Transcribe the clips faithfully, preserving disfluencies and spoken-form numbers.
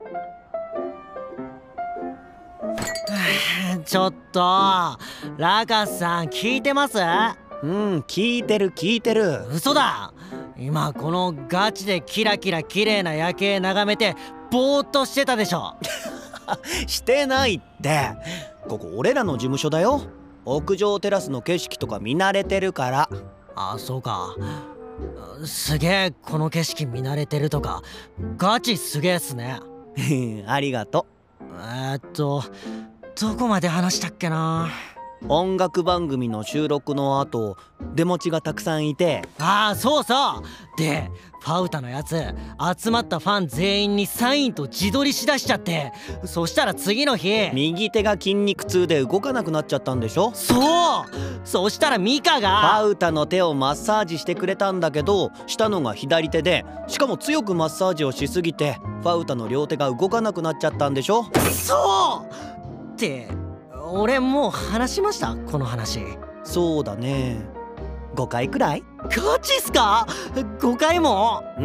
ちょっとラカスさん聞いてます？ うん、聞いてる聞いてる。 嘘だ。今このガチでキラキラ綺麗な夜景眺めてぼーっとしてたでしょ。 してないって。ここ俺らの事務所だよ。屋上テラスの景色とか見慣れてるから。 あ、そうか。すげえこの景色見慣れてるとかガチすげえっすね。 ありがとう。 えーっとどこまで話したっけな。 音楽番組の収録の後出待ちがたくさんいて。 ああそうそう。でファウタのやつ集まったファン全員にサインと自撮りしだしちゃって、そしたら次の日右手が筋肉痛で動かなくなっちゃったんでしょ。 そう。そしたらミカがファウタの手をマッサージしてくれたんだけど、したのが左手で、しかも強くマッサージをしすぎてファウタの両手が動かなくなっちゃったんでしょ。 そうって俺もう話しましたこの話。 そうだね、ごかいくらい。 ガチっすか？ごかいも？ うん、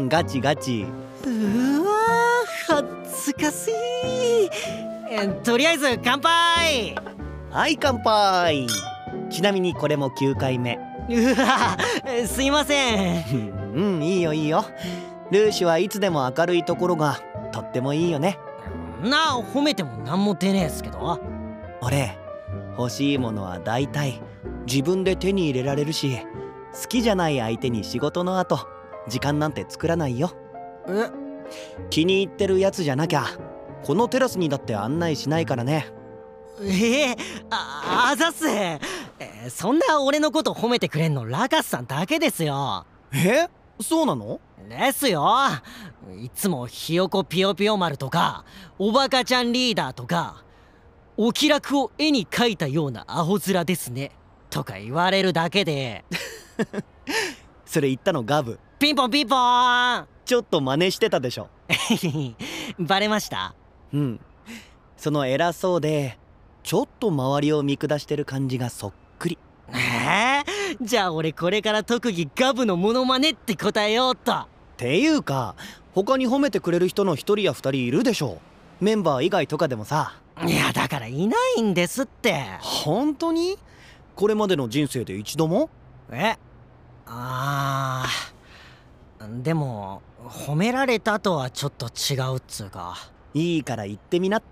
ガチガチ。 うわー恥ずかしい。えとりあえず乾杯。 はい乾杯。ちなみにこれもきゅうかいめ。 うわすいません。 うんいいよいいよ。ルーシュはいつでも明るいところがとってもいいよね。 なあ褒めても何も出ねえっすけど。 俺欲しいものは大体自分で手に入れられるし、好きじゃない相手に仕事の後時間なんて作らないよ。 え気に入ってるやつじゃなきゃこのテラスにだって案内しないからね。 ええああざっす。えーそんな俺のこと褒めてくれんのラカスさんだけですよ。 え、そうなの？ ですよ。いつもひよこぴよぴよ丸とかおバカちゃんリーダーとかお気楽を絵に描いたようなアホ面ですねとか言われるだけで。 それ言ったのガブ。 ピンポンピンポーン。 ちょっと真似してたでしょ。 バレました？ うん、その偉そうでちょっと周りを見下してる感じがそっくり。 えー、じゃあ俺これから特技ガブのモノマネって答えようっと。 っていうか他に褒めてくれる人の一人や二人いるでしょ。メンバー以外とかでもさ。 いやだからいないんですって。 本当に？これまでの人生で一度も？ えあーでも褒められたとはちょっと違うっつうか。 いいから言ってみなって。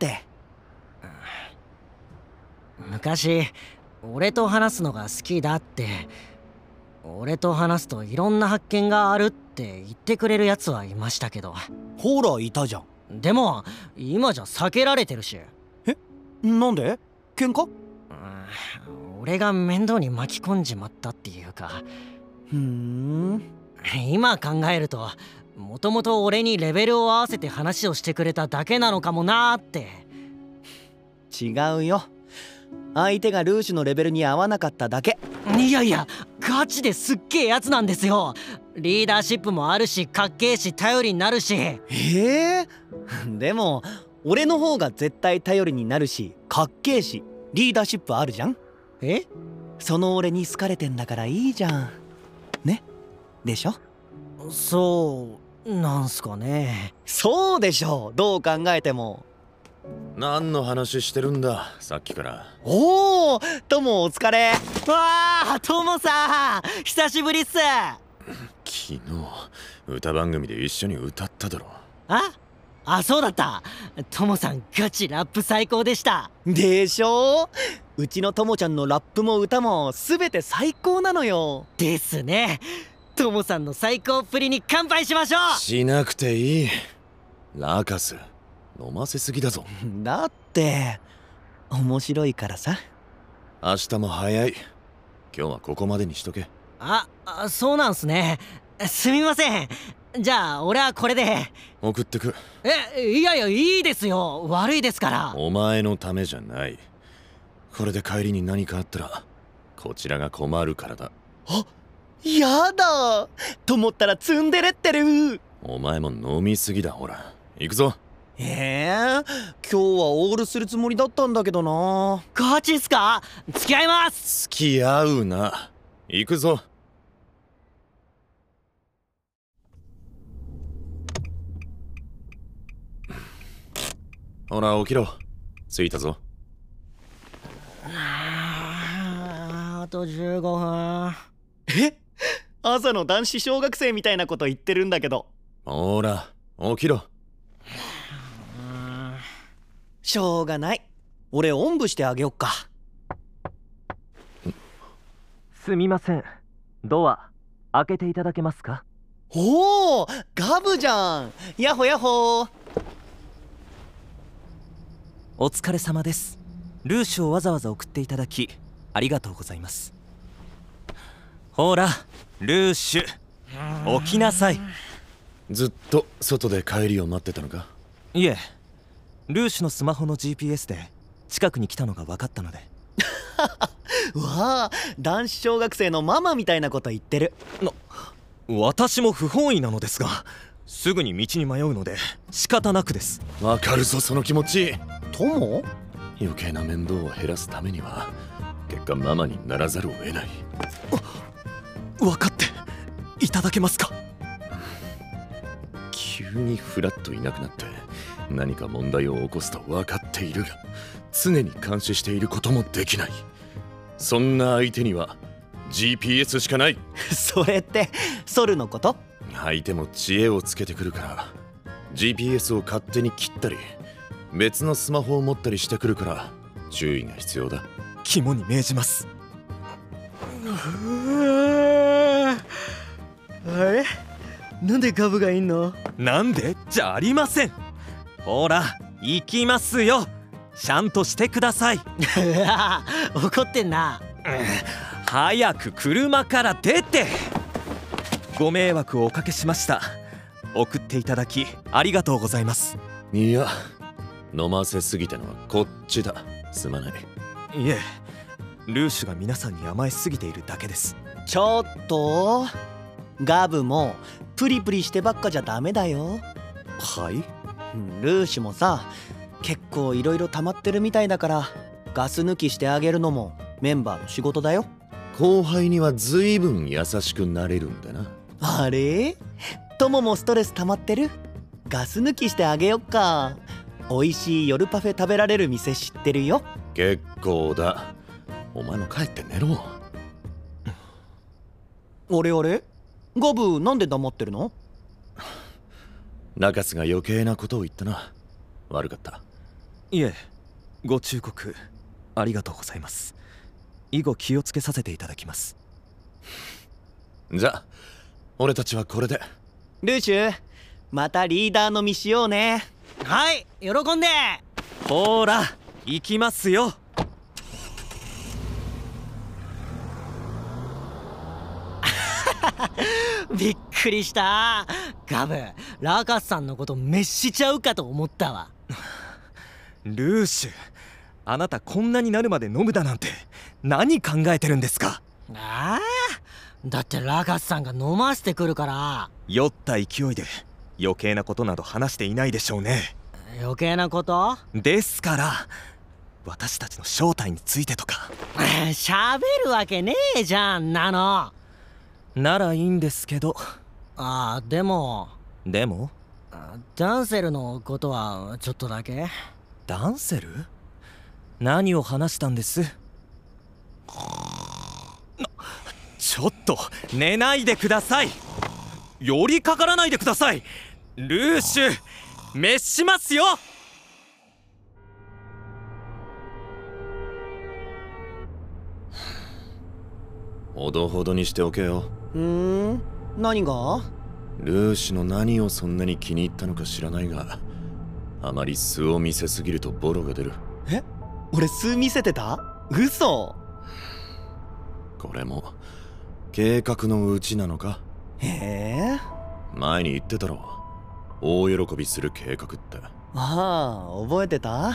昔俺と話すのが好きだって、俺と話すといろんな発見があるって言ってくれるやつはいましたけど。 ほらいたじゃん。 でも今じゃ避けられてるし。 え、なんで？喧嘩？ うん俺が面倒に巻き込んじまったっていうか。 ふーん、 今考えるともともと俺にレベルを合わせて話をしてくれただけなのかもなーって。 違うよ。相手がルーシュのレベルに合わなかっただけ。 いやいやガチですっげえやつなんですよ。リーダーシップもあるしかっけえし頼りになるし。 ええー、でも俺の方が絶対頼りになるしかっけえしリーダーシップあるじゃん。 えその俺に好かれてんだからいいじゃんね。でしょ？ そうなんすかね。 そうでしょう、どう考えても。 何の話してるんださっきから。 おお、トモお疲れ。 わあトモさん久しぶりっす。 昨日歌番組で一緒に歌っただろ。 ああそうだった。トモさんガチラップ最高でした。 でしょう。うちのトモちゃんのラップも歌も全て最高なのよ。 ですね。トモさんの最高っぷりに乾杯しましょう。 しなくていい。ラカス飲ませすぎだぞ。 だって面白いからさ。 明日も早い。今日はここまでにしとけ。 ああそうなんすね。すみません。じゃあ俺はこれで。 送ってく。 えいやいやいいですよ、悪いですから。 お前のためじゃない。これで帰りに何かあったらこちらが困るからだ。 あ、やだと思ったらツンデレってる。 お前も飲みすぎだ。ほら行くぞ。 ええー、今日はオールするつもりだったんだけどな。 ガチっすか？付き合います。 付き合うな。行くぞ。 ほら起きろ。着いたぞ。 あとじゅうごふん。 え、朝の男子小学生みたいなこと言ってるんだけど。 ほら起きろ。 しょうがない。俺おんぶしてあげよっか。 すみません、ドア開けていただけますか？ おお、ガブじゃん。やほやほー。 お疲れ様です。ルーシュをわざわざ送っていただきありがとうございます。ほらルーシュ、起きなさい。 ずっと外で帰りを待ってたのか？ いえ、ルーシュのスマホの ジーピーエス で近くに来たのが分かったので。 わあ、男子小学生のママみたいなこと言ってる。 な、私も不本意なのですが、すぐに道に迷うので仕方なくです。 わかるぞその気持ち。 友？ 余計な面倒を減らすためには結果ママにならざるを得ない。 分かっていただけますか？ 急にフラッといなくなって何か問題を起こすと分かっているが、常に監視していることもできない。そんな相手には ジーピーエス しかない。 それってソルのこと？ 相手も知恵をつけてくるから ジーピーエス を勝手に切ったり別のスマホを持ったりしてくるから注意が必要だ。 肝に銘じます。 あれ、なんでガブがいんの？ なんでじゃありません。ほら行きますよ。ちゃんとしてください。 怒ってんな。 早く車から出て。ご迷惑をおかけしました。送っていただきありがとうございます。 いや、飲ませすぎたのはこっちだ。すまない。 いえ、ルーシュが皆さんに甘えすぎているだけです。 ちょっと、ガブもプリプリしてばっかじゃダメだよ。 はい？ ルーシュもさ、結構いろいろ溜まってるみたいだからガス抜きしてあげるのもメンバーの仕事だよ。 後輩には随分優しくなれるんだな。 あれ？友もストレス溜まってる？ガス抜きしてあげよっか。美味しい夜パフェ食べられる店知ってるよ。 結構だ。お前も帰って寝ろ。 あれあれ？ガブなんで黙ってるの？ 中洲が余計なことを言ったな。悪かった。 いえ、ご忠告ありがとうございます。以後気をつけさせていただきます。 じゃあ俺たちはこれで。 ルーシュ、またリーダーの身しようね。 はい、喜んで。 ほら行きますよ。 びっくりした。ガブ、ラカスさんのこと滅しちゃうかと思ったわ。 ルーシュ、あなたこんなになるまで飲むだなんて何考えてるんですか？ ああ、だってラカスさんが飲ませてくるから。 酔った勢いで余計なことなど話していないでしょうね。 余計なことですから、私たちの正体についてとか。 喋るわけねえじゃんなの。 ならいいんですけど。 ああ、でもでもダンセルのことはちょっとだけ。 ダンセル？何を話したんです？な、ちょっと寝ないでください。寄りかからないでください。ルーシュ、滅しますよ。 ほどほどにしておけよ。 うーん、何が？ ルーシュの何をそんなに気に入ったのか知らないが、あまり素を見せすぎるとボロが出る。 え？俺素見せてた？嘘。 これも計画のうちなのか？ へえ。 前に言ってたろ、大喜びする計画って。 ああ、覚えてた？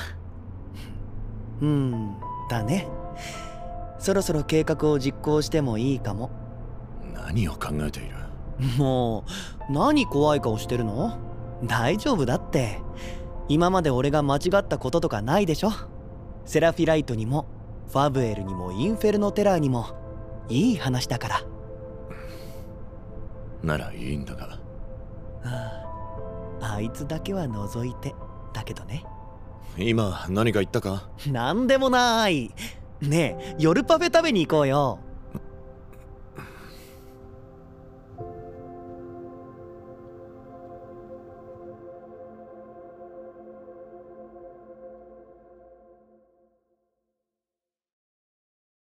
うんだね。そろそろ計画を実行してもいいかも。 何を考えている？ もう何怖い顔してるの？大丈夫だって。今まで俺が間違ったこととかないでしょ。セラフィライトにもファブエルにもインフェルノテラーにもいい話だから。 ならいいんだが。 ああ、あいつだけは除いてだけどね。 今何か言ったか？ なんでもない。ねえ夜パフェ食べに行こうよ。